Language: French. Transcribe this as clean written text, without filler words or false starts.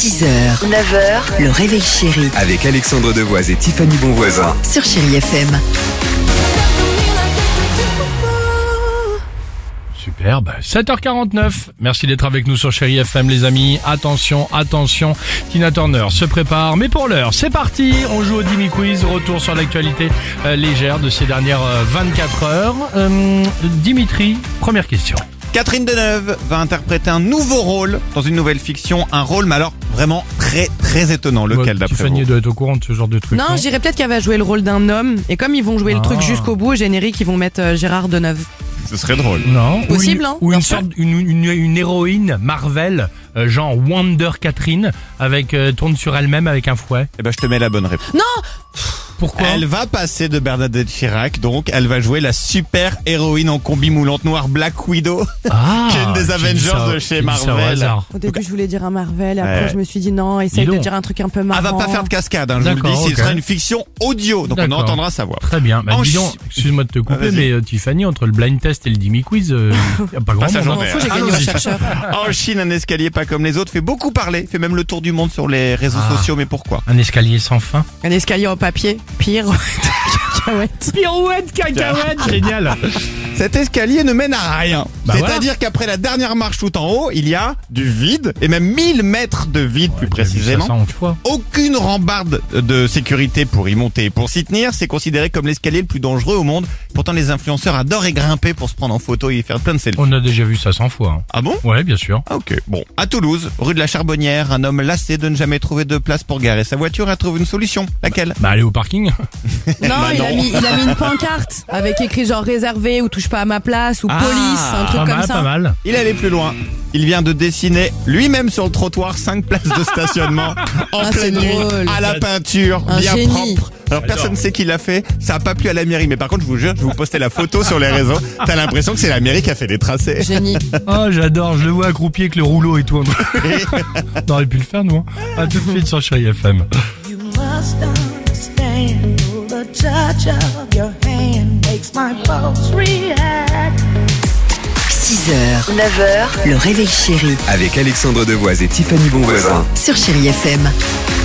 6h, 9h, le réveil chéri Avec Alexandre Devoise et Tiffany Bonvoisin. sur Chéri FM. Super, 7h49. Merci d'être avec nous sur Chéri FM, les amis. Attention, Tina Turner se prépare. Mais pour l'heure, c'est parti. On joue au Dimi Quiz. Retour sur l'actualité légère de ces dernières 24 heures. Dimitri, première question. Catherine Deneuve va interpréter un nouveau rôle dans une nouvelle fiction. Un rôle, mais alors vraiment très très étonnant. Lequel d'après Tiffany vous? doit être au courant de ce genre de truc. Non, je dirais peut-être qu'elle va jouer le rôle d'un homme. Et comme ils vont jouer le truc jusqu'au bout, au générique, ils vont mettre Gérard Deneuve. Ce serait drôle. Non. Possible, hein, Ou bien une sûr. sorte, une héroïne Marvel, genre Wonder Catherine, avec tourne sur elle-même avec un fouet. Eh ben, je te mets la bonne réponse. Non, Pourquoi? Elle va passer de Bernadette Chirac, donc elle va jouer la super héroïne en combi moulante noire Black Widow, qui est une des j'ai dit Avengers ça- de chez j'ai dit ça au Marvel. hasard. au début je voulais dire un Marvel, après Ouais. je me suis dit non, essaye Dis de donc. dire un truc un peu marrant. Elle va pas faire de cascade, hein, je vous le dis, D'accord, ce ok. sera une fiction audio, donc on D'accord. entendra sa voix. Très bien. En Dis donc, Chi- excuse-moi de te couper, Vas-y. mais Tiffany, entre le blind test et le Dimi Quiz, y a pas grand Passe la monde. journée. M'en fous, j'ai gagné au Allons-y. chercheur. En Chine, un escalier pas comme les autres fait beaucoup parler, fait même le tour du monde sur les réseaux sociaux, mais pourquoi? Un escalier sans fin. Un escalier en papier, pire. Cacahuète. Pirouette, cacahuète, génial. Cet escalier ne mène à rien. Bah C'est-à-dire qu'après la dernière marche tout en haut, il y a du vide, et même 1000 mètres de vide plus précisément. Ça 100 fois. Aucune rambarde de sécurité pour y monter et pour s'y tenir. C'est considéré comme l'escalier le plus dangereux au monde. Pourtant, les influenceurs adorent y grimper pour se prendre en photo et y faire plein de selfies. On a déjà vu ça 100 fois. Hein. Ah bon? Ouais, bien sûr. Ah ok. Bon, à Toulouse, rue de la Charbonnière, un homme lassé de ne jamais trouver de place pour garer sa voiture a trouvé une solution. Laquelle? Bah, aller au parking. Non, Bah il non. a mis une pancarte avec écrit genre réservé ou touche pas à ma place ou Ah, police, un truc Pas comme mal, ça. pas mal. Il est allé plus loin. Il vient de dessiner lui-même sur le trottoir 5 places de stationnement en Ah, c'est pleine nuit, drôle. à la peinture, Un bien génie. propre. Alors personne ne sait qui l'a fait, ça a pas plu à la mairie, mais par contre je vous jure, je vais vous poster la photo sur les réseaux, t'as l'impression que c'est la mairie qui a fait les tracés. Génie. Oh, j'adore. Je le vois accroupi avec le rouleau et tout. On aurait pu le faire, nous. Hein. À tout de suite sur Chéri FM. You must understand the touch of your hand makes my pulse react. 6h, 9h, le réveil chéri Avec Alexandre Devoise et Tiffany Bonvoisin. sur Chéri FM.